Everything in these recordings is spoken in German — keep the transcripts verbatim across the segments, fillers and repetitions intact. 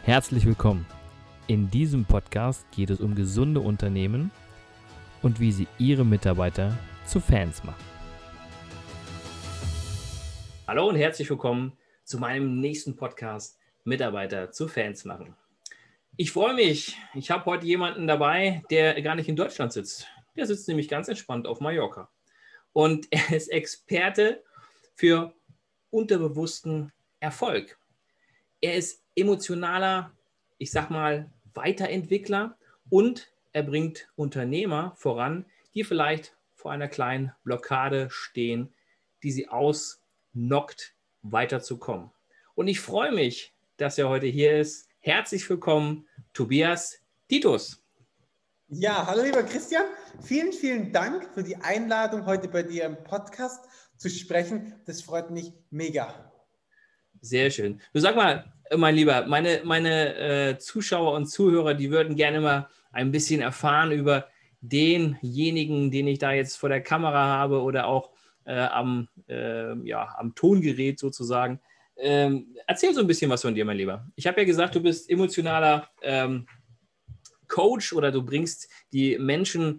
Herzlich willkommen. In diesem Podcast geht es um gesunde Unternehmen und wie sie ihre Mitarbeiter zu Fans machen. Hallo und herzlich willkommen zu meinem nächsten Podcast Mitarbeiter zu Fans machen. Ich freue mich. Ich habe heute jemanden dabei, der gar nicht in Deutschland sitzt. Der sitzt nämlich ganz entspannt auf Mallorca. Und er ist Experte für unterbewussten Erfolg. Er ist emotionaler, ich sag mal, Weiterentwickler und er bringt Unternehmer voran, die vielleicht vor einer kleinen Blockade stehen, die sie ausnockt, weiterzukommen. Und ich freue mich, dass er heute hier ist. Herzlich willkommen, Tobias Titus. Ja, hallo lieber Christian. Vielen, vielen Dank für die Einladung, heute bei dir im Podcast zu sprechen. Das freut mich mega. Sehr schön. Du sag mal, mein Lieber, meine, meine äh, Zuschauer und Zuhörer, die würden gerne mal ein bisschen erfahren über denjenigen, den ich da jetzt vor der Kamera habe oder auch äh, am, äh, ja, am Tongerät sozusagen. Ähm, erzähl so ein bisschen was von dir, mein Lieber. Ich habe ja gesagt, du bist emotionaler ähm, Coach oder du bringst die Menschen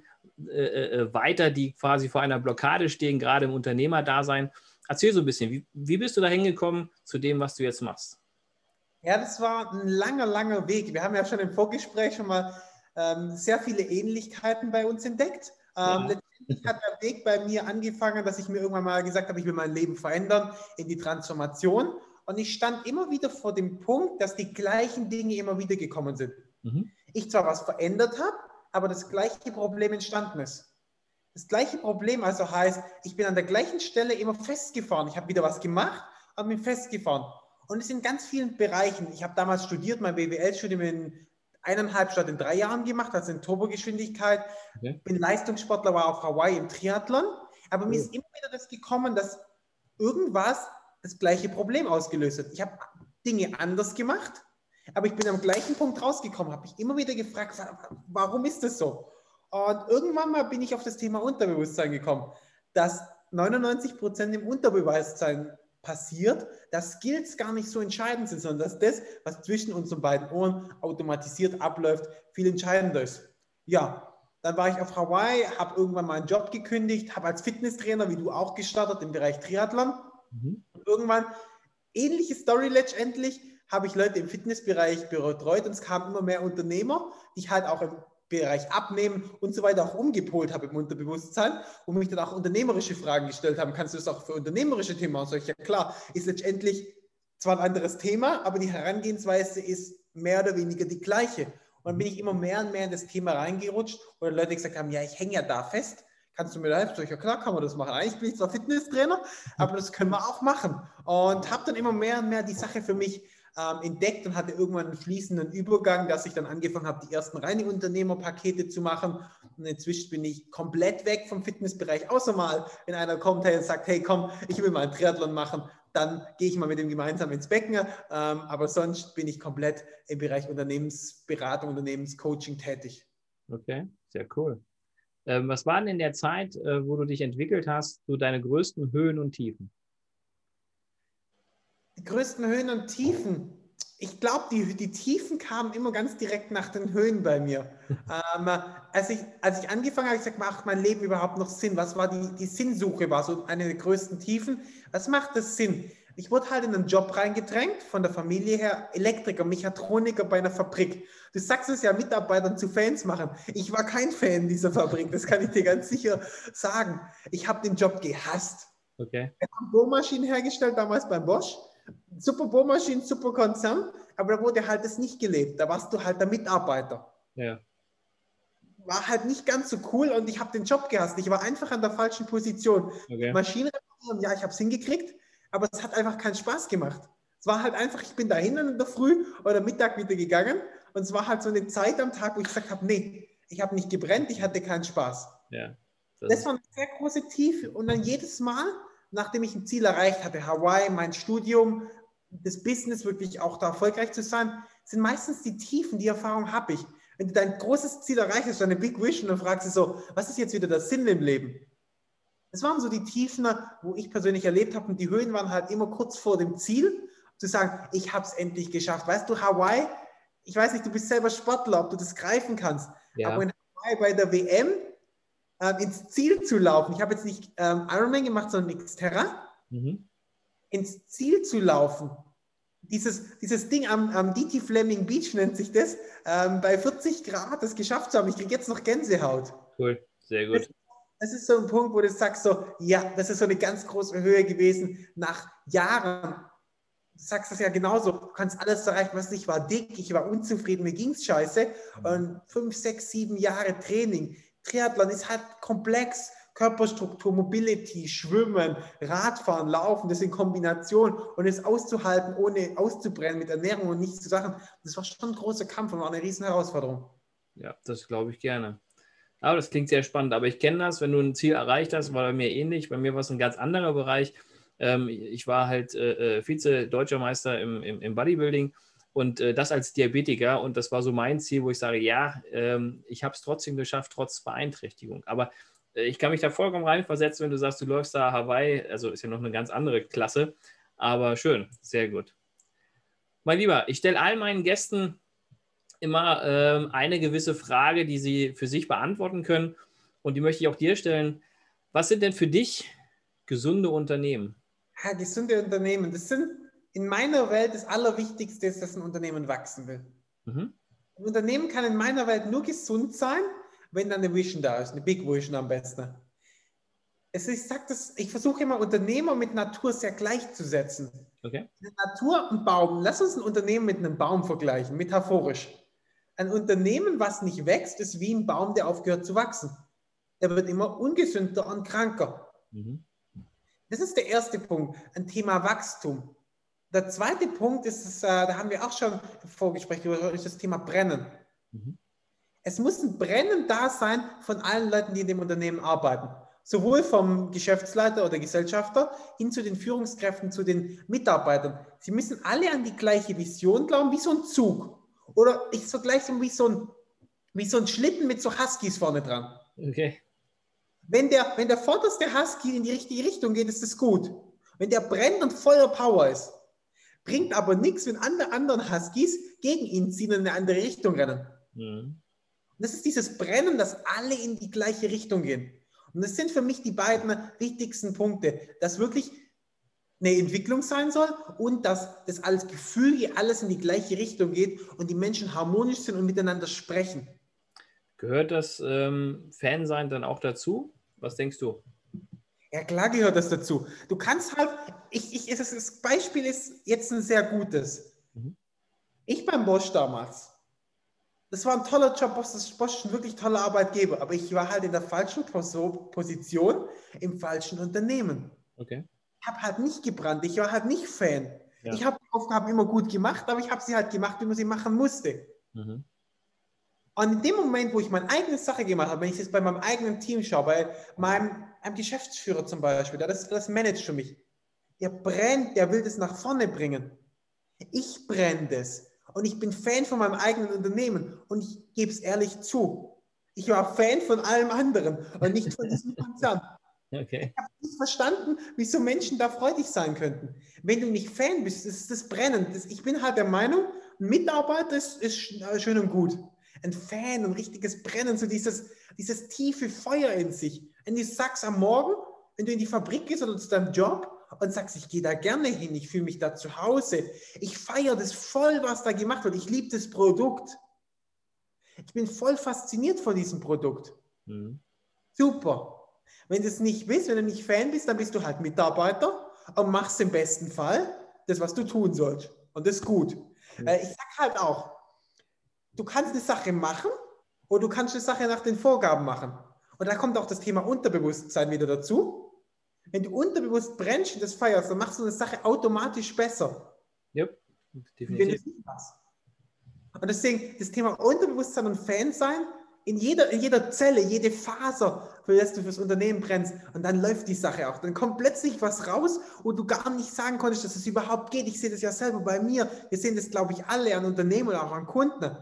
äh, weiter, die quasi vor einer Blockade stehen, gerade im Unternehmerdasein. Erzähl so ein bisschen, wie, wie bist du da hingekommen zu dem, was du jetzt machst? Ja, das war ein langer, langer Weg. Wir haben ja schon im Vorgespräch schon mal ähm, sehr viele Ähnlichkeiten bei uns entdeckt. Ähm, Ja. Letztendlich hat der Weg bei mir angefangen, dass ich mir irgendwann mal gesagt habe, ich will mein Leben verändern in die Transformation. Und ich stand immer wieder vor dem Punkt, dass die gleichen Dinge immer wieder gekommen sind. Mhm. Ich zwar was verändert habe, aber das gleiche Problem entstanden ist. Das gleiche Problem also heißt, ich bin an der gleichen Stelle immer festgefahren. Ich habe wieder was gemacht und bin festgefahren. Und es in ganz vielen Bereichen. Ich habe damals studiert, mein B W L-Studium in eineinhalb statt in drei Jahren gemacht, also in Turbogeschwindigkeit. Okay. Bin Leistungssportler, war auf Hawaii im Triathlon. Aber oh. Mir ist immer wieder das gekommen, dass irgendwas das gleiche Problem ausgelöst hat. Ich habe Dinge anders gemacht, aber ich bin am gleichen Punkt rausgekommen, habe mich immer wieder gefragt, warum ist das so? Und irgendwann mal bin ich auf das Thema Unterbewusstsein gekommen, dass neunundneunzig Prozent im Unterbewusstsein passiert, dass Skills gar nicht so entscheidend sind, sondern dass das, was zwischen unseren beiden Ohren automatisiert abläuft, viel entscheidender ist. Ja, dann war ich auf Hawaii, habe irgendwann mal einen Job gekündigt, habe als Fitnesstrainer, wie du auch gestartet, im Bereich Triathlon. Mhm. Und irgendwann, ähnliche Story letztendlich, habe ich Leute im Fitnessbereich betreut und es kamen immer mehr Unternehmer, die halt auch im Bereich Abnehmen und so weiter auch umgepolt habe im Unterbewusstsein und mich dann auch unternehmerische Fragen gestellt haben. Kannst du das auch für unternehmerische Themen aussagen? Ja klar, ist letztendlich zwar ein anderes Thema, aber die Herangehensweise ist mehr oder weniger die gleiche. Und dann bin ich immer mehr und mehr in das Thema reingerutscht, wo Leute gesagt haben, ja, ich hänge ja da fest. Kannst du mir da helfen? Ja klar, kann man das machen. Eigentlich bin ich zwar Fitnesstrainer, aber das können wir auch machen. Und habe dann immer mehr und mehr die Sache für mich Ähm, entdeckt und hatte irgendwann einen fließenden Übergang, dass ich dann angefangen habe, die ersten reine Unternehmerpakete zu machen. Und inzwischen bin ich komplett weg vom Fitnessbereich, außer mal, wenn einer kommt hey, und sagt, hey komm, ich will mal einen Triathlon machen, dann gehe ich mal mit dem gemeinsam ins Becken. Ähm, aber sonst bin ich komplett im Bereich Unternehmensberatung, Unternehmenscoaching tätig. Okay, sehr cool. Ähm, was war denn in der Zeit, äh, wo du dich entwickelt hast, so deine größten Höhen und Tiefen? Die größten Höhen und Tiefen. Ich glaube, die, die Tiefen kamen immer ganz direkt nach den Höhen bei mir. ähm, als, ich, als ich angefangen habe, habe ich gesagt, macht mein Leben überhaupt noch Sinn? Was war die, die Sinnsuche, war so eine der größten Tiefen. Was macht das Sinn? Ich wurde halt in einen Job reingedrängt, von der Familie her, Elektriker, Mechatroniker bei einer Fabrik. Du sagst es ja, Mitarbeitern zu Fans machen. Ich war kein Fan dieser Fabrik, das kann ich dir ganz sicher sagen. Ich habe den Job gehasst. Okay. Wir haben Bohrmaschinen hergestellt, damals beim Bosch. Super Bohrmaschinen, super Konzern, aber da wurde halt das nicht gelebt. Da warst du halt der Mitarbeiter. Ja. War halt nicht ganz so cool und ich habe den Job gehasst. Ich war einfach an der falschen Position. Okay. Maschinen reparieren, ja, ich habe es hingekriegt, aber es hat einfach keinen Spaß gemacht. Es war halt einfach, ich bin dahin in der Früh oder Mittag wieder gegangen und es war halt so eine Zeit am Tag, wo ich gesagt habe, nee, ich habe nicht gebrennt, ich hatte keinen Spaß. Ja. Das, das war eine sehr große Tiefe und dann jedes Mal, nachdem ich ein Ziel erreicht hatte, Hawaii, mein Studium, das Business wirklich auch da erfolgreich zu sein, sind meistens die Tiefen, die Erfahrung habe ich. Wenn du dein großes Ziel erreicht hast, deine Big Vision, dann fragst du so, was ist jetzt wieder der Sinn im Leben? Das waren so die Tiefen, wo ich persönlich erlebt habe und die Höhen waren halt immer kurz vor dem Ziel, zu sagen, ich habe es endlich geschafft. Weißt du, Hawaii, ich weiß nicht, du bist selber Sportler, ob du das greifen kannst, ja. aber in Hawaii bei der W M äh, ins Ziel zu laufen, ich habe jetzt nicht ähm, Ironman gemacht, sondern Xterra, mhm. ins Ziel zu laufen, dieses, dieses Ding am, am D T Fleming Beach nennt sich das, ähm, bei vierzig Grad das geschafft zu haben, ich kriege jetzt noch Gänsehaut. Cool, sehr gut. Das, das ist so ein Punkt, wo du sagst so, ja, das ist so eine ganz große Höhe gewesen nach Jahren. Du sagst das ja genauso, du kannst alles erreichen, was ich war dick, ich war unzufrieden, mir ging es scheiße. Und fünf, sechs, sieben Jahre Training. Triathlon ist halt komplex. Körperstruktur, Mobility, Schwimmen, Radfahren, Laufen, das in Kombination und es auszuhalten, ohne auszubrennen mit Ernährung und nichts zu sagen, das war schon ein großer Kampf und war eine riesen Herausforderung. Ja, das glaube ich gerne. Aber das klingt sehr spannend. Aber ich kenne das, wenn du ein Ziel erreicht hast, war bei mir ähnlich. Bei mir war es ein ganz anderer Bereich. Ähm, ich war halt äh, Vize-Deutscher Meister im, im, im Bodybuilding und äh, das als Diabetiker. Und das war so mein Ziel, wo ich sage, ja, ähm, ich habe es trotzdem geschafft, trotz Beeinträchtigung. Aber äh, ich kann mich da vollkommen reinversetzen, wenn du sagst, du läufst da Hawaii. Also ist ja noch eine ganz andere Klasse. Aber schön, sehr gut. Mein Lieber, ich stelle allen meinen Gästen immer ähm, eine gewisse Frage, die sie für sich beantworten können. Und die möchte ich auch dir stellen. Was sind denn für dich gesunde Unternehmen? Ja, gesunde Unternehmen, das sind in meiner Welt das Allerwichtigste, ist, dass ein Unternehmen wachsen will. Mhm. Ein Unternehmen kann in meiner Welt nur gesund sein, wenn dann eine Vision da ist, eine Big Vision am besten. Es ist, ich sag das, ich versuche immer, Unternehmer mit Natur sehr gleichzusetzen. Okay. Natur und Baum. Lass uns ein Unternehmen mit einem Baum vergleichen, metaphorisch. Ein Unternehmen, was nicht wächst, ist wie ein Baum, der aufgehört zu wachsen. Der wird immer ungesünder und kranker. Mhm. Das ist der erste Punkt, ein Thema Wachstum. Der zweite Punkt ist, ist da haben wir auch schon im Vorgespräch über das Thema Brennen. Mhm. Es muss ein Brennen da sein von allen Leuten, die in dem Unternehmen arbeiten. Sowohl vom Geschäftsleiter oder Gesellschafter hin zu den Führungskräften, zu den Mitarbeitern. Sie müssen alle an die gleiche Vision glauben, wie so ein Zug. Oder ich so gleich so wie so ein, wie so ein Schlitten mit so Huskies vorne dran. Okay. Wenn der, wenn der vorderste Husky in die richtige Richtung geht, ist das gut. Wenn der brennt und voller Power ist, bringt aber nichts, wenn alle anderen Huskies gegen ihn ziehen und in eine andere Richtung rennen. Mhm. Und das ist dieses Brennen, dass alle in die gleiche Richtung gehen. Und das sind für mich die beiden wichtigsten Punkte, dass wirklich eine Entwicklung sein soll und dass das als Gefühl hier alles in die gleiche Richtung geht und die Menschen harmonisch sind und miteinander sprechen. Gehört das ähm, Fansein dann auch dazu? Was denkst du? Ja, klar gehört das dazu. Du kannst halt, ich, ich, das, das Beispiel ist jetzt ein sehr gutes. Mhm. Ich beim Bosch damals, das war ein toller Job, Bosch ist ein wirklich toller Arbeitgeber, aber ich war halt in der falschen Position, im falschen Unternehmen. Okay. Ich habe halt nicht gebrannt, ich war halt nicht Fan. Ja. Ich habe die Aufgaben immer gut gemacht, aber ich habe sie halt gemacht, wie man sie machen musste. Mhm. Und in dem Moment, wo ich meine eigene Sache gemacht habe, wenn ich jetzt bei meinem eigenen Team schaue, bei meinem einem Geschäftsführer zum Beispiel, der das, das managt für mich, der brennt, der will das nach vorne bringen. Ich brenne das. Und ich bin Fan von meinem eigenen Unternehmen. Und ich gebe es ehrlich zu. Ich war Fan von allem anderen und nicht von diesem Konzern. Okay. Ich habe nicht verstanden, wieso Menschen da freudig sein könnten. Wenn du nicht Fan bist, ist das Brennen. Das, ich bin halt der Meinung, ein Mitarbeiter ist, ist schön und gut. Ein Fan, ein richtiges Brennen, so dieses, dieses tiefe Feuer in sich. Wenn du sagst am Morgen, wenn du in die Fabrik gehst oder zu deinem Job und sagst, ich gehe da gerne hin, ich fühle mich da zu Hause, ich feiere das voll, was da gemacht wird, ich liebe das Produkt. Ich bin voll fasziniert von diesem Produkt. Mhm. Super. Wenn du es nicht bist, wenn du nicht Fan bist, dann bist du halt Mitarbeiter und machst im besten Fall das, was du tun sollst. Und das ist gut. Mhm. Ich sage halt auch, du kannst eine Sache machen oder du kannst eine Sache nach den Vorgaben machen. Und da kommt auch das Thema Unterbewusstsein wieder dazu. Wenn du unterbewusst brennst und das feierst, dann machst du eine Sache automatisch besser. Ja, definitiv. Wenn du es nicht machst. Und deswegen das Thema Unterbewusstsein und Fansein in jeder, in jeder Zelle, jede Faser, für das du fürs Unternehmen brennst. Und dann läuft die Sache auch. Dann kommt plötzlich was raus, wo du gar nicht sagen konntest, dass es überhaupt geht. Ich sehe das ja selber bei mir. Wir sehen das, glaube ich, alle an Unternehmen und auch an Kunden.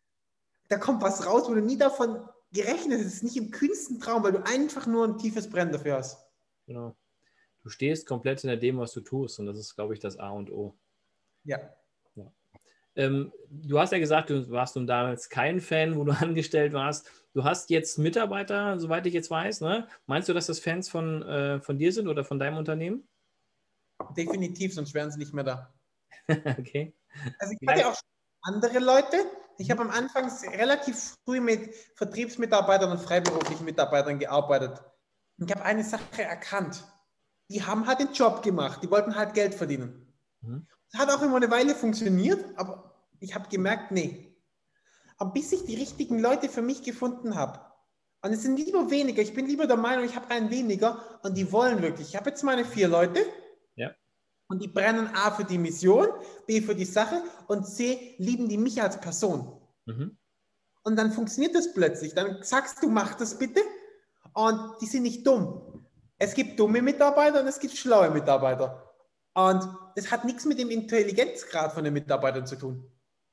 Da kommt was raus, wo du nie davon gerechnet hast. Es ist nicht im kühnsten Traum, weil du einfach nur ein tiefes Brennen dafür hast. Genau. Du stehst komplett hinter dem, was du tust. Und das ist, glaube ich, das A und O. Ja. Ja. Ähm, du hast ja gesagt, du warst nun damals kein Fan, wo du angestellt warst. Du hast jetzt Mitarbeiter, soweit ich jetzt weiß. Ne? Meinst du, dass das Fans von, äh, von dir sind oder von deinem Unternehmen? Definitiv, sonst wären sie nicht mehr da. Okay. Also ich hatte auch andere Leute. Ich habe am Anfang relativ früh mit Vertriebsmitarbeitern und freiberuflichen Mitarbeitern gearbeitet. Und ich habe eine Sache erkannt. Die haben halt den Job gemacht. Die wollten halt Geld verdienen. Mhm. Das hat auch immer eine Weile funktioniert, aber ich habe gemerkt, nee. Aber bis ich die richtigen Leute für mich gefunden habe, und es sind lieber weniger, ich bin lieber der Meinung, ich habe einen weniger und die wollen wirklich. Ich habe jetzt meine vier Leute. Ja. Und die brennen A für die Mission, B für die Sache und C lieben die mich als Person. Mhm. Und dann funktioniert das plötzlich. Dann sagst du, mach das bitte. Und die sind nicht dumm. Es gibt dumme Mitarbeiter und es gibt schlaue Mitarbeiter. Und es hat nichts mit dem Intelligenzgrad von den Mitarbeitern zu tun.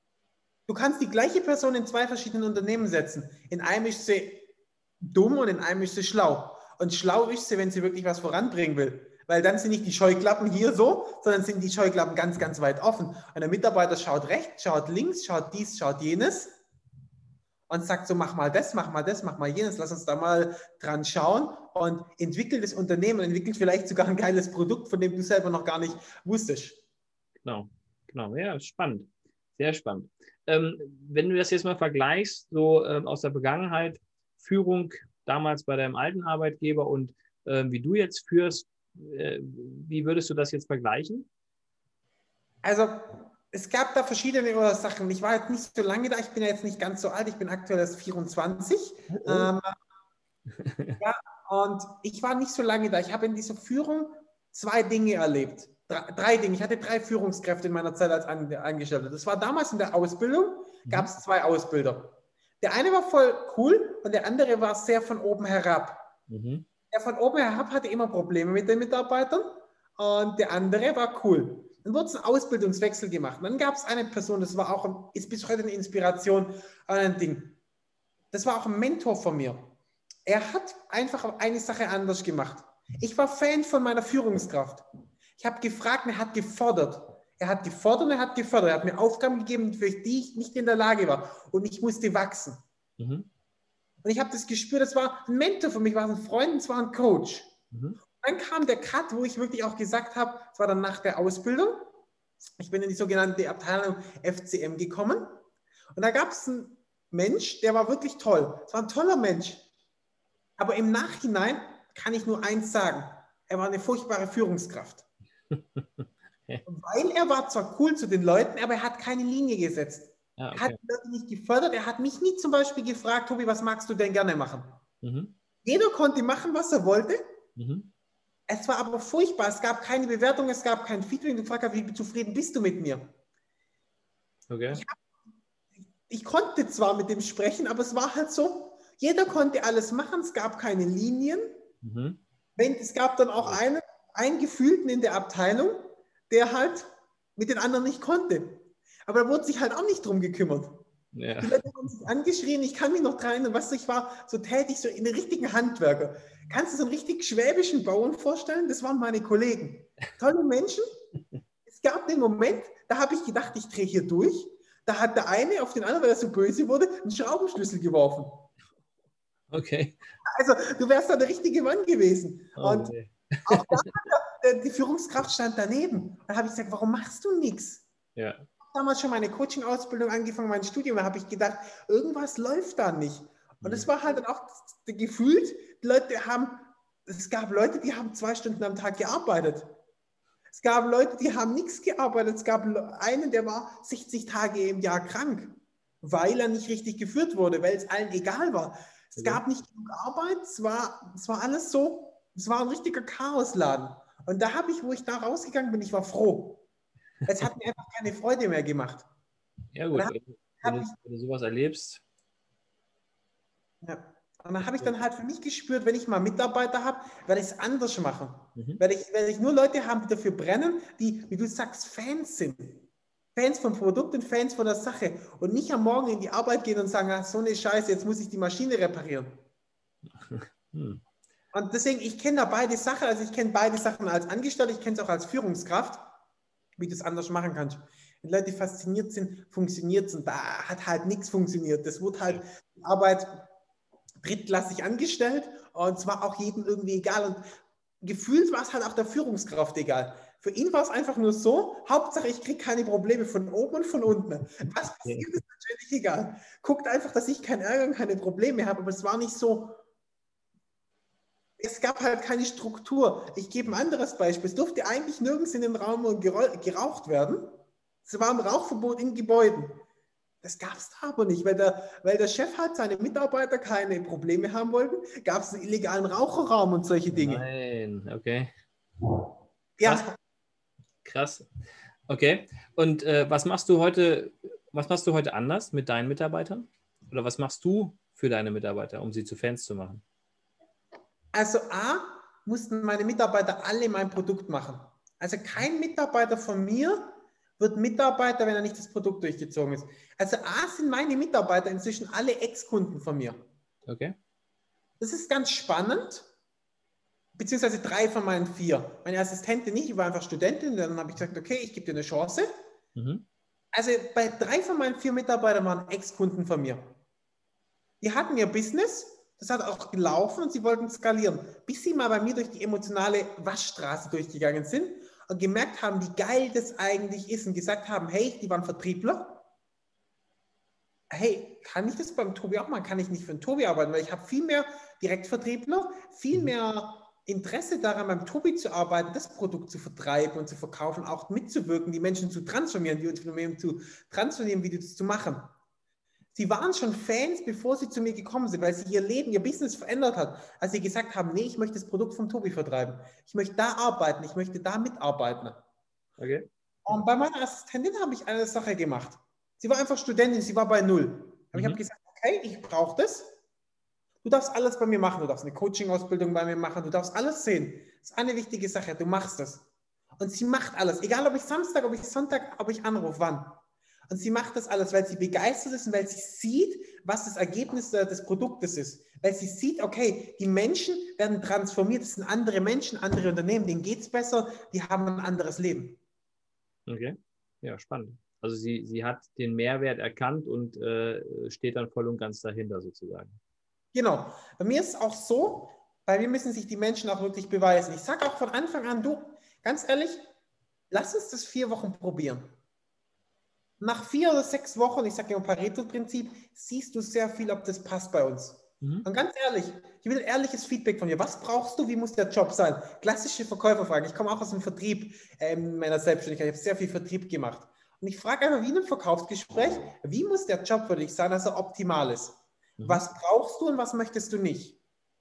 Du kannst die gleiche Person in zwei verschiedenen Unternehmen setzen. In einem ist sie dumm und in einem ist sie schlau. Und schlau ist sie, wenn sie wirklich was voranbringen will. Weil dann sind nicht die Scheuklappen hier so, sondern sind die Scheuklappen ganz, ganz weit offen. Und der Mitarbeiter schaut rechts, schaut links, schaut dies, schaut jenes und sagt so, mach mal das, mach mal das, mach mal jenes, lass uns da mal dran schauen und entwickelt das Unternehmen, entwickelt vielleicht sogar ein geiles Produkt, von dem du selber noch gar nicht wusstest. Genau, genau, ja, spannend, sehr spannend. Ähm, wenn du das jetzt mal vergleichst, so ähm, aus der Vergangenheit, Führung damals bei deinem alten Arbeitgeber und äh, wie du jetzt führst, äh, wie würdest du das jetzt vergleichen? Also, es gab da verschiedene Sachen. Ich war jetzt nicht so lange da, ich bin ja jetzt nicht ganz so alt, ich bin aktuell erst vierundzwanzig. Oh. Ähm, ja, und ich war nicht so lange da. Ich habe in dieser Führung zwei Dinge erlebt. Drei, drei Dinge. Ich hatte drei Führungskräfte in meiner Zeit als Angestellter. Das war damals in der Ausbildung, gab es zwei Ausbilder. Der eine war voll cool und der andere war sehr von oben herab. Mhm. Der von oben herab hatte immer Probleme mit den Mitarbeitern und der andere war cool. Dann wurde es ein Ausbildungswechsel gemacht. Und dann gab es eine Person, das war auch, ist bis heute eine Inspiration an ein Ding. Das war auch ein Mentor von mir. Er hat einfach eine Sache anders gemacht. Ich war Fan von meiner Führungskraft. Ich habe gefragt und er hat gefordert. Er hat gefordert und er hat gefördert. Er hat mir Aufgaben gegeben, für die ich nicht in der Lage war. Und ich musste wachsen. Mhm. Und ich habe das gespürt, das war ein Mentor für mich, war ein Freund, es war ein Coach. Mhm. Dann kam der Cut, wo ich wirklich auch gesagt habe, es war dann nach der Ausbildung, ich bin in die sogenannte Abteilung F C M gekommen und da gab es einen Mensch, der war wirklich toll. Es war ein toller Mensch. Aber im Nachhinein kann ich nur eins sagen, er war eine furchtbare Führungskraft. Weil er war zwar cool zu den Leuten, aber er hat keine Linie gesetzt. Ah, okay. Er hat die Leute nicht gefördert, er hat mich nie zum Beispiel gefragt, Tobi, was magst du denn gerne machen? Mhm. Jeder konnte machen, was er wollte. Mhm. Es war aber furchtbar, es gab keine Bewertung, es gab kein Feedback. Du fragst, wie zufrieden bist du mit mir? Okay. Ich, hab, ich konnte zwar mit dem sprechen, aber es war halt so, jeder konnte alles machen, es gab keine Linien. Mhm. Wenn, es gab dann auch einen, einen Gefühlten in der Abteilung, der halt mit den anderen nicht konnte. Aber da wurde sich halt auch nicht drum gekümmert. Ja. Die Leute haben sich angeschrien, ich kann mich noch dran erinnern, was ich war so tätig, so in den richtigen Handwerker. Kannst du so einen richtig schwäbischen Bauern vorstellen? Das waren meine Kollegen. Tolle Menschen. Es gab den Moment, da habe ich gedacht, ich drehe hier durch. Da hat der eine auf den anderen, weil er so böse wurde, einen Schraubenschlüssel geworfen. Okay. Also du wärst da der richtige Mann gewesen. Oh, und nee. Auch da, die Führungskraft stand daneben. Dann habe ich gesagt, warum machst du nichts? Ja. Ich habe damals schon meine Coaching-Ausbildung angefangen, mein Studium, da habe ich gedacht, irgendwas läuft da nicht. Und es mhm. war halt dann auch gefühlt, die Leute haben, es gab Leute, die haben zwei Stunden am Tag gearbeitet. Es gab Leute, die haben nichts gearbeitet. Es gab einen, der war sechzig Tage im Jahr krank, weil er nicht richtig geführt wurde, weil es allen egal war. Es okay. gab nicht genug Arbeit, es war, es war alles so, es war ein richtiger Chaosladen. Und da habe ich, wo ich da rausgegangen bin, ich war froh. Es hat mir einfach keine Freude mehr gemacht. Ja gut, hab, wenn, du, ich, wenn du sowas erlebst. Ja. Und dann habe ich dann halt für mich gespürt, wenn ich mal Mitarbeiter habe, werde ich es anders machen. Mhm. Werde ich, werde ich nur Leute haben, die dafür brennen, die, wie du sagst, Fans sind. Fans vom Produkt und Fans von der Sache. Und nicht am Morgen in die Arbeit gehen und sagen, ach, so eine Scheiße, jetzt muss ich die Maschine reparieren. Hm. Und deswegen, ich kenne da beide Sachen. Also ich kenne beide Sachen als Angestellter, ich kenne es auch als Führungskraft, wie du es anders machen kannst. Wenn Leute fasziniert sind, funktioniert es und da hat halt nichts funktioniert. Das wurde halt die Arbeit drittklassig angestellt und zwar auch jedem irgendwie egal und gefühlt war es halt auch der Führungskraft egal. Für ihn war es einfach nur so, Hauptsache ich kriege keine Probleme von oben und von unten. Was passiert, ist natürlich egal. Guckt einfach, dass ich keinen Ärger und keine Probleme habe, aber es war nicht so, es gab halt keine Struktur. Ich gebe ein anderes Beispiel. Es durfte eigentlich nirgends in den Raum geraucht werden. Es war ein Rauchverbot in Gebäuden. Das gab es da aber nicht, weil der, weil der Chef halt seine Mitarbeiter keine Probleme haben wollten, gab es einen illegalen Raucherraum und solche Dinge. Nein, okay. Krass. Ja. Krass. Okay. Und äh, was machst du heute, was machst du heute anders mit deinen Mitarbeitern? Oder was machst du für deine Mitarbeiter, um sie zu Fans zu machen? Also A, mussten meine Mitarbeiter alle mein Produkt machen. Also kein Mitarbeiter von mir wird Mitarbeiter, wenn er nicht das Produkt durchgezogen ist. Also A, sind meine Mitarbeiter inzwischen alle Ex-Kunden von mir. Okay. Das ist ganz spannend. Beziehungsweise drei von meinen vier. Meine Assistentin nicht, ich war einfach Studentin. Dann habe ich gesagt, okay, ich gebe dir eine Chance. Mhm. Also bei drei von meinen vier Mitarbeitern waren Ex-Kunden von mir. Die hatten ihr Business, das hat auch gelaufen und sie wollten skalieren. Bis sie mal bei mir durch die emotionale Waschstraße durchgegangen sind und gemerkt haben, wie geil das eigentlich ist und gesagt haben, hey, die waren Vertriebler. Hey, kann ich das beim Tobi auch machen? Kann ich nicht für den Tobi arbeiten? Weil ich habe viel mehr Direktvertriebler, viel mehr Interesse daran, beim Tobi zu arbeiten, das Produkt zu vertreiben und zu verkaufen, auch mitzuwirken, die Menschen zu transformieren, die Unternehmen zu transformieren, wie das zu machen. Sie waren schon Fans, bevor sie zu mir gekommen sind, weil sie ihr Leben, ihr Business verändert hat, als sie gesagt haben, nee, ich möchte das Produkt vom Tobi vertreiben. Ich möchte da arbeiten, ich möchte da mitarbeiten. Okay. Und bei meiner Assistentin habe ich eine Sache gemacht. Sie war einfach Studentin, sie war bei null. Aber mhm. ich habe gesagt, okay, ich brauche das. Du darfst alles bei mir machen. Du darfst eine Coaching-Ausbildung bei mir machen. Du darfst alles sehen. Das ist eine wichtige Sache. Du machst das. Und sie macht alles. Egal, ob ich Samstag, ob ich Sonntag, ob ich anrufe, wann. Und sie macht das alles, weil sie begeistert ist und weil sie sieht, was das Ergebnis des Produktes ist. Weil sie sieht, okay, die Menschen werden transformiert. Das sind andere Menschen, andere Unternehmen. Denen geht es besser. Die haben ein anderes Leben. Okay. Ja, spannend. Also sie, sie hat den Mehrwert erkannt und äh, steht dann voll und ganz dahinter sozusagen. Genau. Bei mir ist es auch so, bei mir müssen sich die Menschen auch wirklich beweisen. Ich sage auch von Anfang an, du, ganz ehrlich, lass uns das vier Wochen probieren. Nach vier oder sechs Wochen, ich sage ja im Pareto-Prinzip, siehst du sehr viel, ob das passt bei uns. Mhm. Und ganz ehrlich, ich will ehrliches Feedback von dir. Was brauchst du? Wie muss der Job sein? Klassische Verkäuferfragen. Ich komme auch aus dem Vertrieb ähm, meiner Selbstständigkeit. Ich habe sehr viel Vertrieb gemacht. Und ich frage einfach wie in einem Verkaufsgespräch, wie muss der Job für dich sein, dass er optimal ist? Mhm. Was brauchst du und was möchtest du nicht?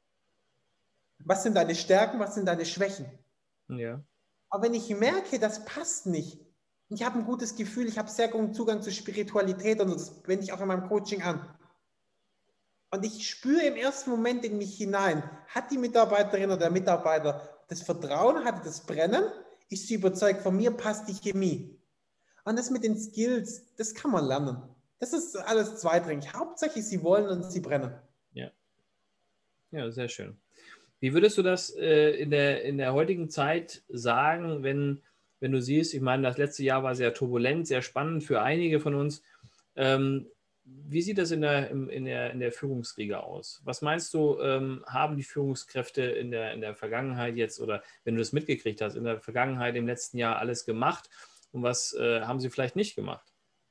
Was sind deine Stärken, was sind deine Schwächen? Ja. Aber wenn ich merke, das passt nicht, ich habe ein gutes Gefühl, ich habe sehr guten Zugang zur Spiritualität und das wende ich auch in meinem Coaching an. Und ich spüre im ersten Moment in mich hinein, hat die Mitarbeiterin oder der Mitarbeiter das Vertrauen, hat das Brennen, ist sie überzeugt, von mir passt die Chemie. Und das mit den Skills, das kann man lernen. Das ist alles zweitrangig. Hauptsächlich, sie wollen und sie brennen. Ja, ja, sehr schön. Wie würdest du das äh, in der, in der heutigen Zeit sagen, wenn, wenn du siehst, ich meine, das letzte Jahr war sehr turbulent, sehr spannend für einige von uns. Ähm, wie sieht das in der, in, der, in der Führungsriege aus? Was meinst du, ähm, haben die Führungskräfte in der, in der Vergangenheit jetzt, oder wenn du das mitgekriegt hast, in der Vergangenheit im letzten Jahr alles gemacht und was äh, haben sie vielleicht nicht gemacht?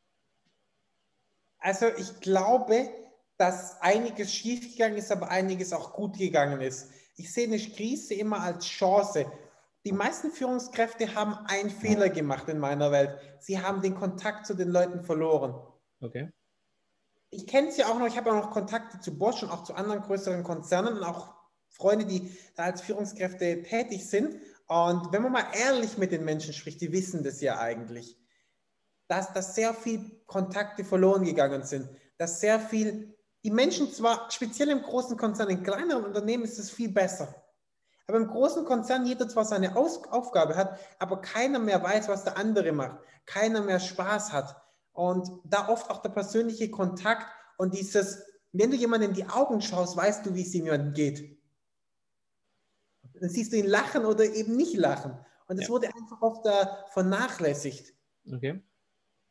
Also ich glaube, dass einiges schiefgegangen ist, aber einiges auch gut gegangen ist. Ich sehe eine Krise immer als Chance. Die meisten Führungskräfte haben einen Fehler gemacht in meiner Welt. Sie haben den Kontakt zu den Leuten verloren. Okay. Ich kenne es ja auch noch, ich habe auch noch Kontakte zu Bosch und auch zu anderen größeren Konzernen und auch Freunde, die da als Führungskräfte tätig sind. Und wenn man mal ehrlich mit den Menschen spricht, die wissen das ja eigentlich, dass, dass sehr viele Kontakte verloren gegangen sind, dass sehr viel, die Menschen zwar, speziell im großen Konzern, in kleineren Unternehmen ist es viel besser, aber im großen Konzern jeder zwar seine Aus Aufgabe hat, aber keiner mehr weiß, was der andere macht, keiner mehr Spaß hat und da oft auch der persönliche Kontakt und dieses, wenn du jemandem in die Augen schaust, weißt du, wie es jemandem geht. Dann siehst du ihn lachen oder eben nicht lachen und das ja. wurde einfach oft uh, vernachlässigt. Okay.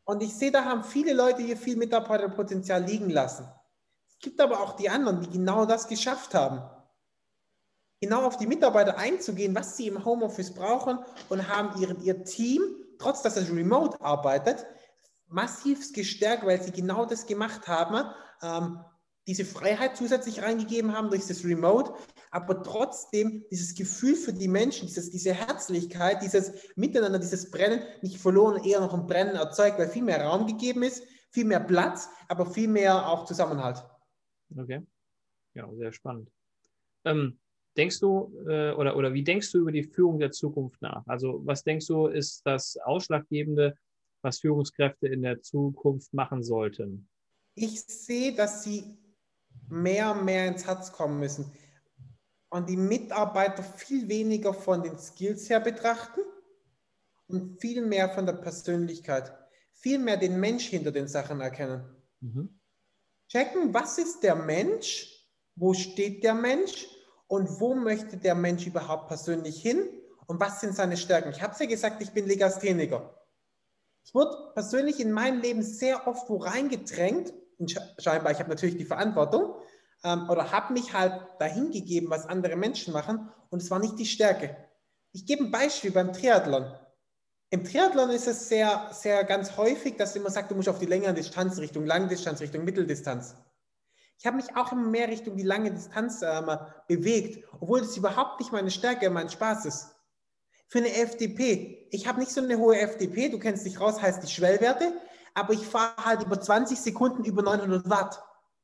Und ich sehe, da haben viele Leute hier viel Mitarbeiterpotenzial liegen lassen. Es gibt aber auch die anderen, die genau das geschafft haben. Genau auf die Mitarbeiter einzugehen, was sie im Homeoffice brauchen und haben ihren, ihr Team, trotz dass es remote arbeitet, massiv gestärkt, weil sie genau das gemacht haben, ähm, diese Freiheit zusätzlich reingegeben haben durch das Remote, aber trotzdem dieses Gefühl für die Menschen, dieses, diese Herzlichkeit, dieses Miteinander, dieses Brennen nicht verloren, eher noch ein Brennen erzeugt, weil viel mehr Raum gegeben ist, viel mehr Platz, aber viel mehr auch Zusammenhalt. Okay, ja, sehr spannend. Ähm, denkst du äh, oder, oder wie denkst du über die Führung der Zukunft nach? Also was denkst du, ist das Ausschlaggebende, was Führungskräfte in der Zukunft machen sollten? Ich sehe, dass sie mehr und mehr ins Herz kommen müssen und die Mitarbeiter viel weniger von den Skills her betrachten und viel mehr von der Persönlichkeit, viel mehr den Mensch hinter den Sachen erkennen. Mhm. Checken, was ist der Mensch, wo steht der Mensch und wo möchte der Mensch überhaupt persönlich hin und was sind seine Stärken. Ich habe es ja gesagt, ich bin Legastheniker. Ich wurde persönlich in meinem Leben sehr oft wo reingedrängt, und scheinbar, ich habe natürlich die Verantwortung, ähm, oder habe mich halt dahin gegeben, was andere Menschen machen und es war nicht die Stärke. Ich gebe ein Beispiel beim Triathlon. Im Triathlon ist es sehr, sehr ganz häufig, dass man sagt, du musst auf die längere Distanz Richtung Langdistanz, Richtung Mitteldistanz. Ich habe mich auch immer mehr Richtung die lange Distanz äh, bewegt, obwohl das überhaupt nicht meine Stärke, mein Spaß ist. Für eine F D P, ich habe nicht so eine hohe F D P, du kennst dich raus, heißt die Schwellwerte, aber ich fahre halt über zwanzig Sekunden über neunhundert Watt.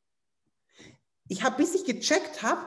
Ich habe, bis ich gecheckt habe,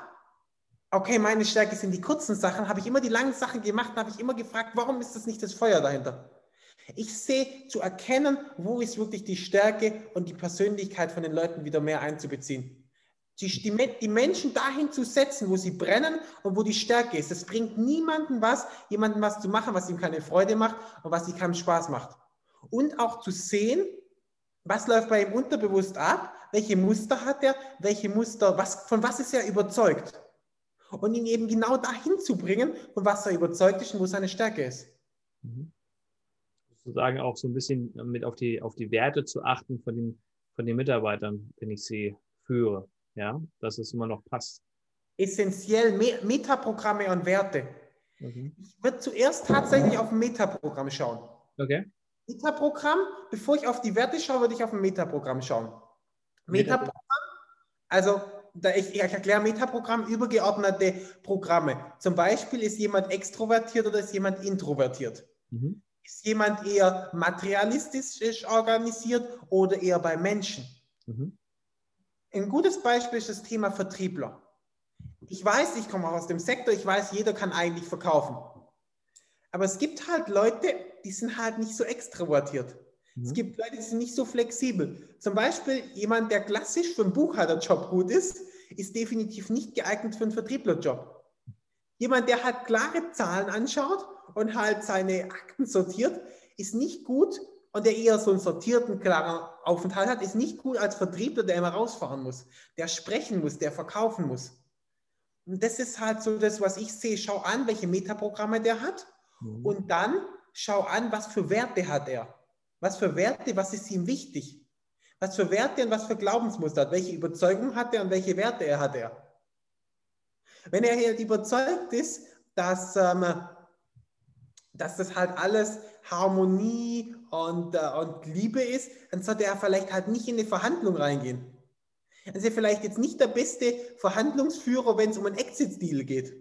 okay, meine Stärke sind die kurzen Sachen, habe ich immer die langen Sachen gemacht, habe ich immer gefragt, warum ist das nicht das Feuer dahinter? Ich sehe, zu erkennen, wo ist wirklich die Stärke und die Persönlichkeit von den Leuten wieder mehr einzubeziehen. Die, die, die Menschen dahin zu setzen, wo sie brennen und wo die Stärke ist. Es bringt niemandem was, jemandem was zu machen, was ihm keine Freude macht und was ihm keinen Spaß macht. Und auch zu sehen, was läuft bei ihm unterbewusst ab, welche Muster hat er, welche Muster, was, von was ist er überzeugt. Und ihn eben genau dahin zu bringen, von was er überzeugt ist und wo seine Stärke ist. Mhm. Sozusagen auch so ein bisschen mit auf die, auf die Werte zu achten von den, von den Mitarbeitern, wenn ich sie führe. Ja, dass es immer noch passt. Essentiell Metaprogramme und Werte. Okay. Ich würde zuerst tatsächlich auf ein Metaprogramm schauen. Okay. Metaprogramm, bevor ich auf die Werte schaue, würde ich auf ein Metaprogramm schauen. Metaprogramm, also da ich, ich erkläre Metaprogramm, übergeordnete Programme. Zum Beispiel, ist jemand extrovertiert oder ist jemand introvertiert? Mhm. Ist jemand eher materialistisch organisiert oder eher bei Menschen? Mhm. Ein gutes Beispiel ist das Thema Vertriebler. Ich weiß, ich komme auch aus dem Sektor, ich weiß, jeder kann eigentlich verkaufen. Aber es gibt halt Leute, die sind halt nicht so extrovertiert. Mhm. Es gibt Leute, die sind nicht so flexibel. Zum Beispiel jemand, der klassisch für einen Buchhalterjob gut ist, ist definitiv nicht geeignet für einen Vertrieblerjob. Jemand, der halt klare Zahlen anschaut und halt seine Akten sortiert, ist nicht gut, und der eher so einen sortierten, klaren Aufenthalt hat, ist nicht gut als Vertriebler, der immer rausfahren muss, der sprechen muss, der verkaufen muss. Und das ist halt so das, was ich sehe. Schau an, welche Metaprogramme der hat, mhm. und dann schau an, was für Werte hat er. Was für Werte, was ist ihm wichtig? Was für Werte und was für Glaubensmuster hat? Welche Überzeugung hat er und welche Werte er hat er? Wenn er halt überzeugt ist, dass, ähm, dass das halt alles Harmonie und, äh, und Liebe ist, dann sollte er vielleicht halt nicht in eine Verhandlung reingehen. Dann ist er vielleicht jetzt nicht der beste Verhandlungsführer, wenn es um einen Exit-Deal geht.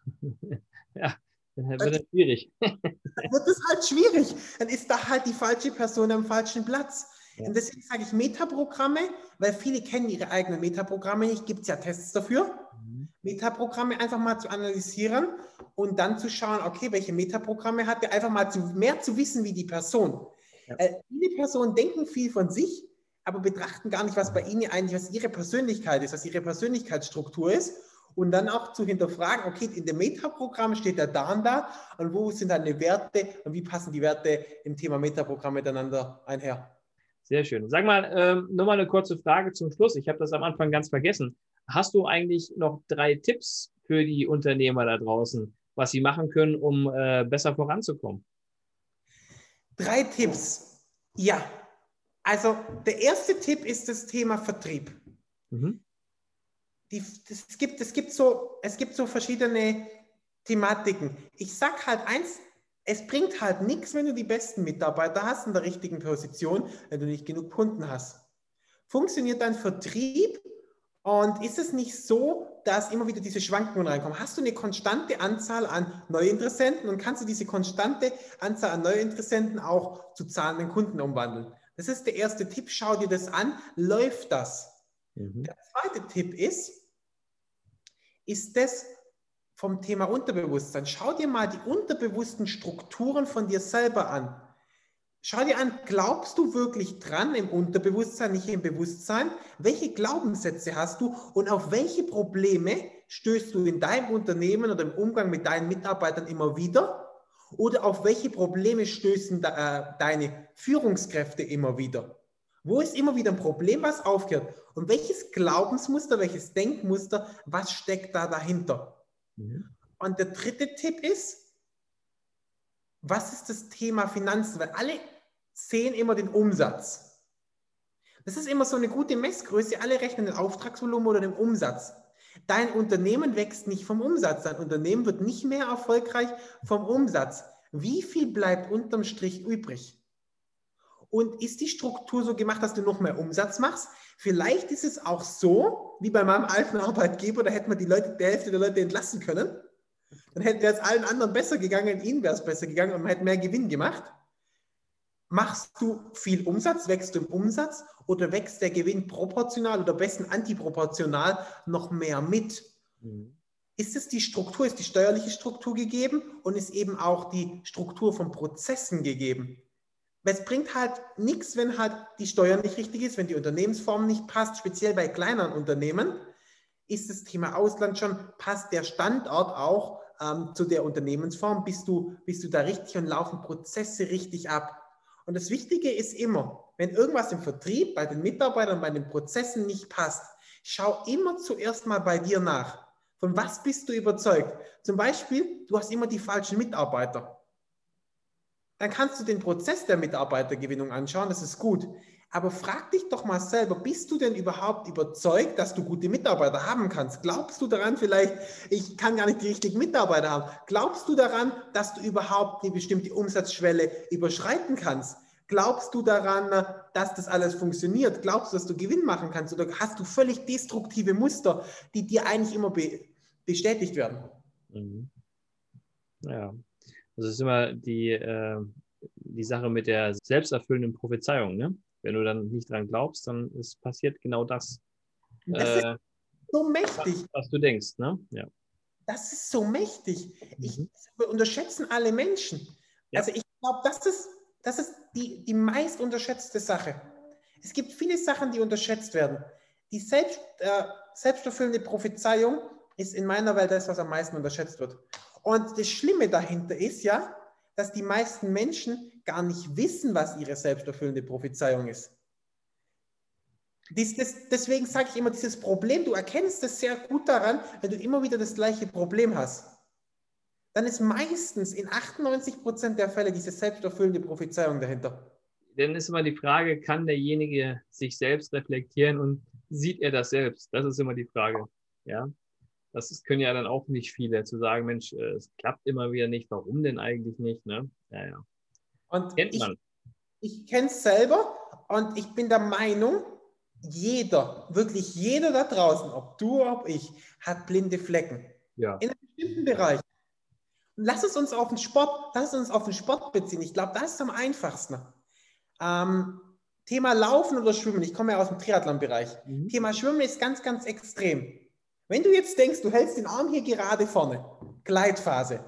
Ja, dann wird das schwierig. Dann wird es halt schwierig. Dann ist da halt die falsche Person am falschen Platz. Ja. Und deswegen sage ich Metaprogramme, weil viele kennen ihre eigenen Metaprogramme nicht. Gibt es ja Tests dafür. Mhm. Metaprogramme einfach mal zu analysieren und dann zu schauen, okay, welche Metaprogramme hat der, einfach mal zu, mehr zu wissen wie die Person. Ja. Äh, viele Personen denken viel von sich, aber betrachten gar nicht, was bei ihnen eigentlich, was ihre Persönlichkeit ist, was ihre Persönlichkeitsstruktur ist. Und dann auch zu hinterfragen, okay, in dem Metaprogramm steht der da und da und wo sind deine Werte und wie passen die Werte im Thema Metaprogramm miteinander einher? Sehr schön. Sag mal, ähm, nur mal eine kurze Frage zum Schluss. Ich habe das am Anfang ganz vergessen. Hast du eigentlich noch drei Tipps für die Unternehmer da draußen, was sie machen können, um äh, besser voranzukommen? Drei Tipps. Ja. Also der erste Tipp ist das Thema Vertrieb. Mhm. Die, das, es, gibt, es, gibt so, es gibt so verschiedene Thematiken. Ich sage halt eins, es bringt halt nichts, wenn du die besten Mitarbeiter hast in der richtigen Position, wenn du nicht genug Kunden hast. Funktioniert dein Vertrieb und ist es nicht so, dass immer wieder diese Schwankungen reinkommen? Hast du eine konstante Anzahl an Neuinteressenten und kannst du diese konstante Anzahl an Neuinteressenten auch zu zahlenden Kunden umwandeln? Das ist der erste Tipp. Schau dir das an. Läuft das? Mhm. Der zweite Tipp ist, ist das vom Thema Unterbewusstsein. Schau dir mal die unterbewussten Strukturen von dir selber an. Schau dir an, glaubst du wirklich dran im Unterbewusstsein, nicht im Bewusstsein? Welche Glaubenssätze hast du und auf welche Probleme stößt du in deinem Unternehmen oder im Umgang mit deinen Mitarbeitern immer wieder? Oder auf welche Probleme stößen da, äh, deine Führungskräfte immer wieder? Wo ist immer wieder ein Problem, was aufgehört? Und welches Glaubensmuster, welches Denkmuster, was steckt da dahinter? Mhm. Und der dritte Tipp ist, was ist das Thema Finanzen? Weil alle sehen immer den Umsatz. Das ist immer so eine gute Messgröße. Alle rechnen den Auftragsvolumen oder den Umsatz. Dein Unternehmen wächst nicht vom Umsatz. Dein Unternehmen wird nicht mehr erfolgreich vom Umsatz. Wie viel bleibt unterm Strich übrig? Und ist die Struktur so gemacht, dass du noch mehr Umsatz machst? Vielleicht ist es auch so, wie bei meinem alten Arbeitgeber, da hätte man die Leute, die Hälfte der Leute entlassen können. Dann hätte es allen anderen besser gegangen, ihnen wäre es besser gegangen und man hätte mehr Gewinn gemacht. Machst du viel Umsatz, wächst du im Umsatz oder wächst der Gewinn proportional oder besten antiproportional noch mehr mit? Mhm. Ist es die Struktur, ist die steuerliche Struktur gegeben und ist eben auch die Struktur von Prozessen gegeben? Weil es bringt halt nichts, wenn halt die Steuer nicht richtig ist, wenn die Unternehmensform nicht passt, speziell bei kleineren Unternehmen, ist das Thema Ausland schon, passt der Standort auch ähm, zu der Unternehmensform, bist du, bist du da richtig und laufen Prozesse richtig ab. Und das Wichtige ist immer, wenn irgendwas im Vertrieb, bei den Mitarbeitern, bei den Prozessen nicht passt, schau immer zuerst mal bei dir nach. Von was bist du überzeugt? Zum Beispiel, du hast immer die falschen Mitarbeiter. Dann kannst du den Prozess der Mitarbeitergewinnung anschauen, das ist gut. Aber frag dich doch mal selber, bist du denn überhaupt überzeugt, dass du gute Mitarbeiter haben kannst? Glaubst du daran vielleicht, ich kann gar nicht die richtigen Mitarbeiter haben? Glaubst du daran, dass du überhaupt eine bestimmte Umsatzschwelle überschreiten kannst? Glaubst du daran, dass das alles funktioniert? Glaubst du, dass du Gewinn machen kannst? Oder hast du völlig destruktive Muster, die dir eigentlich immer be- bestätigt werden? Mhm. Ja. Das ist immer die, äh, die Sache mit der selbsterfüllenden Prophezeiung. Ne? Wenn du dann nicht dran glaubst, dann ist passiert genau das. Das äh, ist so mächtig. Was, was du denkst. Ne? Ja. Das ist so mächtig. Ich, mhm. Wir unterschätzen alle Menschen. Ja. Also ich glaube, das ist, das ist die, die meist unterschätzte Sache. Es gibt viele Sachen, die unterschätzt werden. Die selbst, äh, selbsterfüllende Prophezeiung ist in meiner Welt das, was am meisten unterschätzt wird. Und das Schlimme dahinter ist ja, dass die meisten Menschen gar nicht wissen, was ihre selbsterfüllende Prophezeiung ist. Dies, das, deswegen sage ich immer, dieses Problem, du erkennst es sehr gut daran, wenn du immer wieder das gleiche Problem hast. Dann ist meistens in achtundneunzig Prozent der Fälle diese selbsterfüllende Prophezeiung dahinter. Dann ist immer die Frage, kann derjenige sich selbst reflektieren und sieht er das selbst? Das ist immer die Frage, ja. Das ist, können ja dann auch nicht viele, zu sagen, Mensch, es klappt immer wieder nicht, warum denn eigentlich nicht? Ne? Ja, ja. Und Kennt man. Ich, ich kenne es selber und ich bin der Meinung, jeder, wirklich jeder da draußen, ob du, ob ich, hat blinde Flecken. Ja. In einem bestimmten Bereich. Und lass es uns auf den Sport, lass es uns auf den Sport beziehen. Ich glaube, das ist am einfachsten. Ähm, Thema Laufen oder Schwimmen, ich komme ja aus dem Triathlon-Bereich. Mhm. Thema Schwimmen ist ganz, ganz extrem. Wenn du jetzt denkst, du hältst den Arm hier gerade vorne, Gleitphase,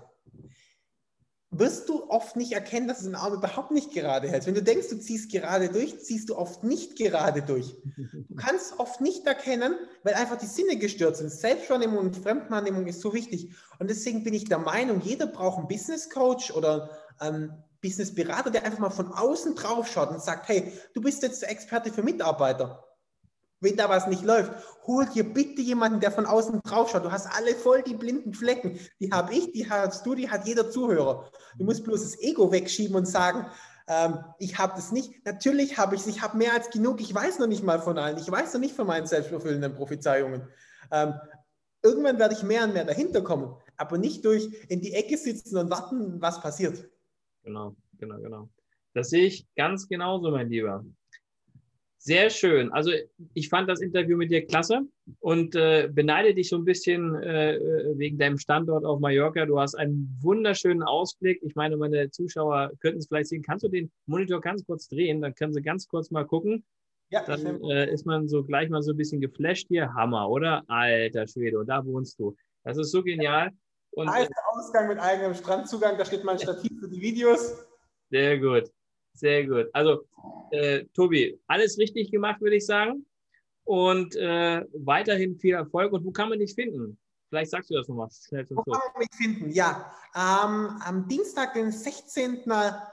wirst du oft nicht erkennen, dass du den Arm überhaupt nicht gerade hältst. Wenn du denkst, du ziehst gerade durch, ziehst du oft nicht gerade durch. Du kannst oft nicht erkennen, weil einfach die Sinne gestört sind. Selbstwahrnehmung und Fremdwahrnehmung ist so wichtig. Und deswegen bin ich der Meinung, jeder braucht einen Business Coach oder einen Business Berater, der einfach mal von außen drauf schaut und sagt, hey, du bist jetzt der Experte für Mitarbeiter. Wenn da was nicht läuft, hol dir bitte jemanden, der von außen drauf schaut. Du hast alle voll die blinden Flecken. Die habe ich, die hast du, die hat jeder Zuhörer. Du musst bloß das Ego wegschieben und sagen, Ähm, ich habe das nicht. Natürlich habe ich es. Ich habe mehr als genug. Ich weiß noch nicht mal von allen. Ich weiß noch nicht von meinen selbsterfüllenden Prophezeiungen. Ähm, irgendwann werde ich mehr und mehr dahinter kommen, aber nicht durch in die Ecke sitzen und warten, was passiert. Genau, genau, genau. Das sehe ich ganz genauso, mein Lieber. Sehr schön. Also ich fand das Interview mit dir klasse und äh, beneide dich so ein bisschen äh, wegen deinem Standort auf Mallorca. Du hast einen wunderschönen Ausblick. Ich meine, meine Zuschauer könnten es vielleicht sehen. Kannst du den Monitor ganz kurz drehen? Dann können sie ganz kurz mal gucken. Ja, dann äh, ist man so gleich mal so ein bisschen geflasht hier. Hammer, oder? Alter Schwede, und da wohnst du. Das ist so genial. Und, da ist der Ausgang mit eigenem Strandzugang. Da steht mein Stativ für die Videos. Sehr gut. Sehr gut. Also, äh, Tobi, alles richtig gemacht, würde ich sagen. Und äh, weiterhin viel Erfolg. Und wo kann man dich finden? Vielleicht sagst du das nochmal schnell zum Schluss. Wo kann man mich finden? Ja, ähm, am Dienstag, den sechzehnten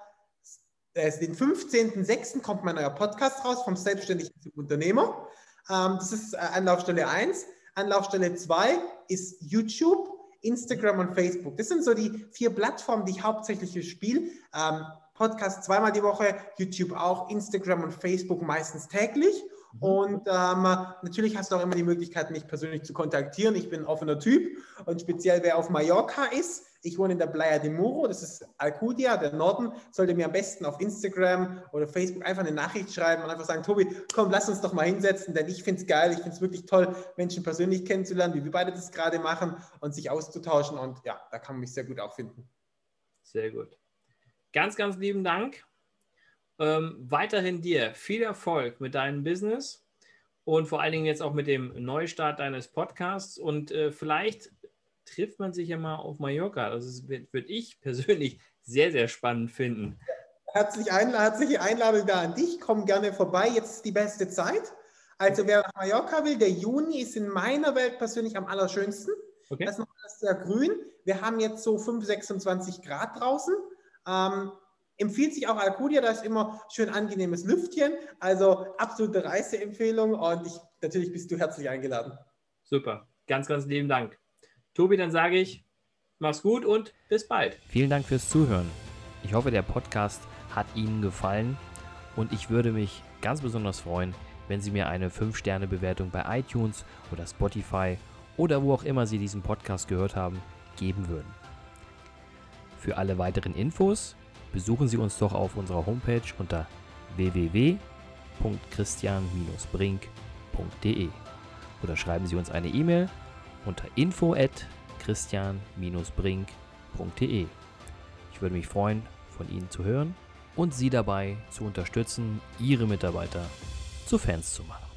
Äh, den fünfzehnten sechsten kommt mein neuer Podcast raus, vom Selbstständigen zum Unternehmer. Ähm, das ist äh, Anlaufstelle eins. Anlaufstelle zwei ist YouTube, Instagram und Facebook. Das sind so die vier Plattformen, die ich hauptsächlich spiele. Ähm, Podcast zweimal die Woche, YouTube auch, Instagram und Facebook meistens täglich. Mhm. Und ähm, natürlich hast du auch immer die Möglichkeit, mich persönlich zu kontaktieren. Ich bin ein offener Typ und speziell wer auf Mallorca ist, ich wohne in der Playa de Muro, das ist Alcudia, der Norden, sollte mir am besten auf Instagram oder Facebook einfach eine Nachricht schreiben und einfach sagen, Tobi, komm, lass uns doch mal hinsetzen, denn ich finde es geil, ich finde es wirklich toll, Menschen persönlich kennenzulernen, wie wir beide das gerade machen und sich auszutauschen und ja, da kann man mich sehr gut auch finden. Sehr gut. Ganz, ganz lieben Dank. Ähm, weiterhin dir viel Erfolg mit deinem Business und vor allen Dingen jetzt auch mit dem Neustart deines Podcasts und äh, vielleicht trifft man sich ja mal auf Mallorca. Das würde ich persönlich sehr, sehr spannend finden. Herzlich einla- herzliche Einladung da an dich. Komm gerne vorbei. Jetzt ist die beste Zeit. Also wer nach Mallorca will, der Juni ist in meiner Welt persönlich am allerschönsten. Okay. Das ist noch alles sehr grün. Wir haben jetzt so fünf, sechsundzwanzig Grad draußen. Ähm, empfiehlt sich auch Alcudia, da ist immer schön angenehmes Lüftchen. Also absolute Reiseempfehlung und ich, natürlich bist du herzlich eingeladen. Super. Ganz, ganz lieben Dank. Tobi, dann sage ich, mach's gut und bis bald. Vielen Dank fürs Zuhören. Ich hoffe, der Podcast hat Ihnen gefallen und ich würde mich ganz besonders freuen, wenn Sie mir eine fünf Sterne Bewertung bei iTunes oder Spotify oder wo auch immer Sie diesen Podcast gehört haben, geben würden. Für alle weiteren Infos besuchen Sie uns doch auf unserer Homepage unter w w w punkt christian Bindestrich brink punkt d e oder schreiben Sie uns eine E-Mail unter info at christian Bindestrich brink punkt d e. Ich würde mich freuen, von Ihnen zu hören und Sie dabei zu unterstützen, Ihre Mitarbeiter zu Fans zu machen.